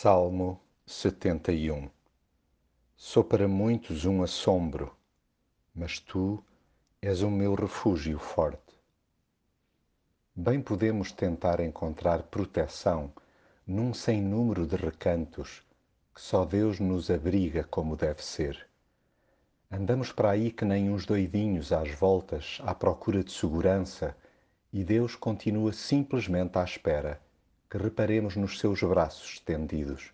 Salmo 71. Sou para muitos um assombro, mas tu és o meu refúgio forte. Bem podemos tentar encontrar proteção num sem número de recantos que só Deus nos abriga como deve ser. Andamos para aí que nem uns doidinhos às voltas à procura de segurança e Deus continua simplesmente à espera que reparemos nos seus braços estendidos.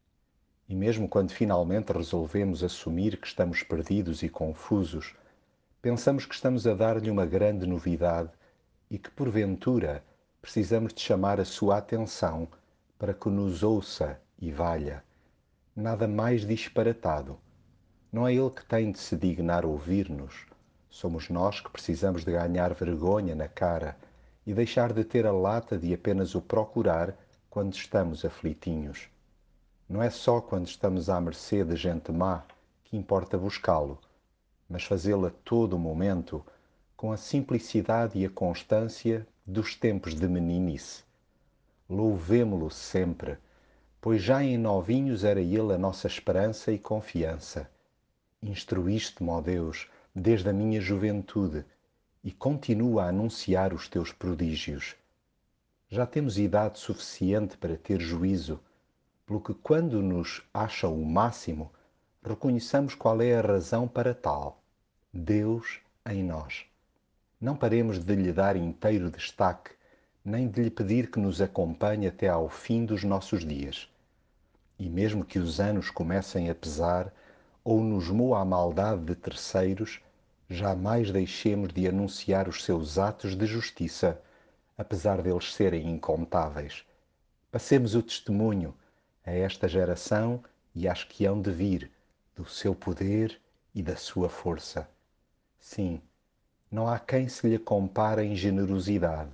E mesmo quando finalmente resolvemos assumir que estamos perdidos e confusos, pensamos que estamos a dar-lhe uma grande novidade e que, porventura, precisamos de chamar a sua atenção para que nos ouça e valha. Nada mais disparatado. Não é ele que tem de se dignar ouvir-nos. Somos nós que precisamos de ganhar vergonha na cara e deixar de ter a lata de apenas o procurar quando estamos aflitinhos. Não é só quando estamos à mercê de gente má que importa buscá-lo, mas fazê-lo a todo o momento com a simplicidade e a constância dos tempos de meninice. Louvemo-lo sempre, pois já em novinhos era ele a nossa esperança e confiança. Instruíste-me, ó Deus, desde a minha juventude e continua a anunciar os teus prodígios. Já temos idade suficiente para ter juízo, pelo que quando nos acham o máximo, reconheçamos qual é a razão para tal. Deus em nós. Não paremos de lhe dar inteiro destaque, nem de lhe pedir que nos acompanhe até ao fim dos nossos dias. E mesmo que os anos comecem a pesar ou nos moa a maldade de terceiros, jamais deixemos de anunciar os seus atos de justiça, apesar deles serem incontáveis. Passemos o testemunho a esta geração e às que hão de vir, do seu poder e da sua força. Sim, não há quem se lhe compare em generosidade,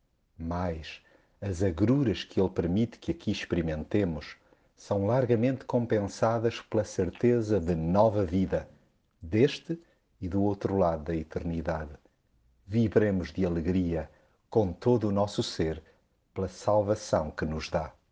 mas as agruras que ele permite que aqui experimentemos são largamente compensadas pela certeza de nova vida, deste e do outro lado da eternidade. Vibremos de alegria com todo o nosso ser pela salvação que nos dá.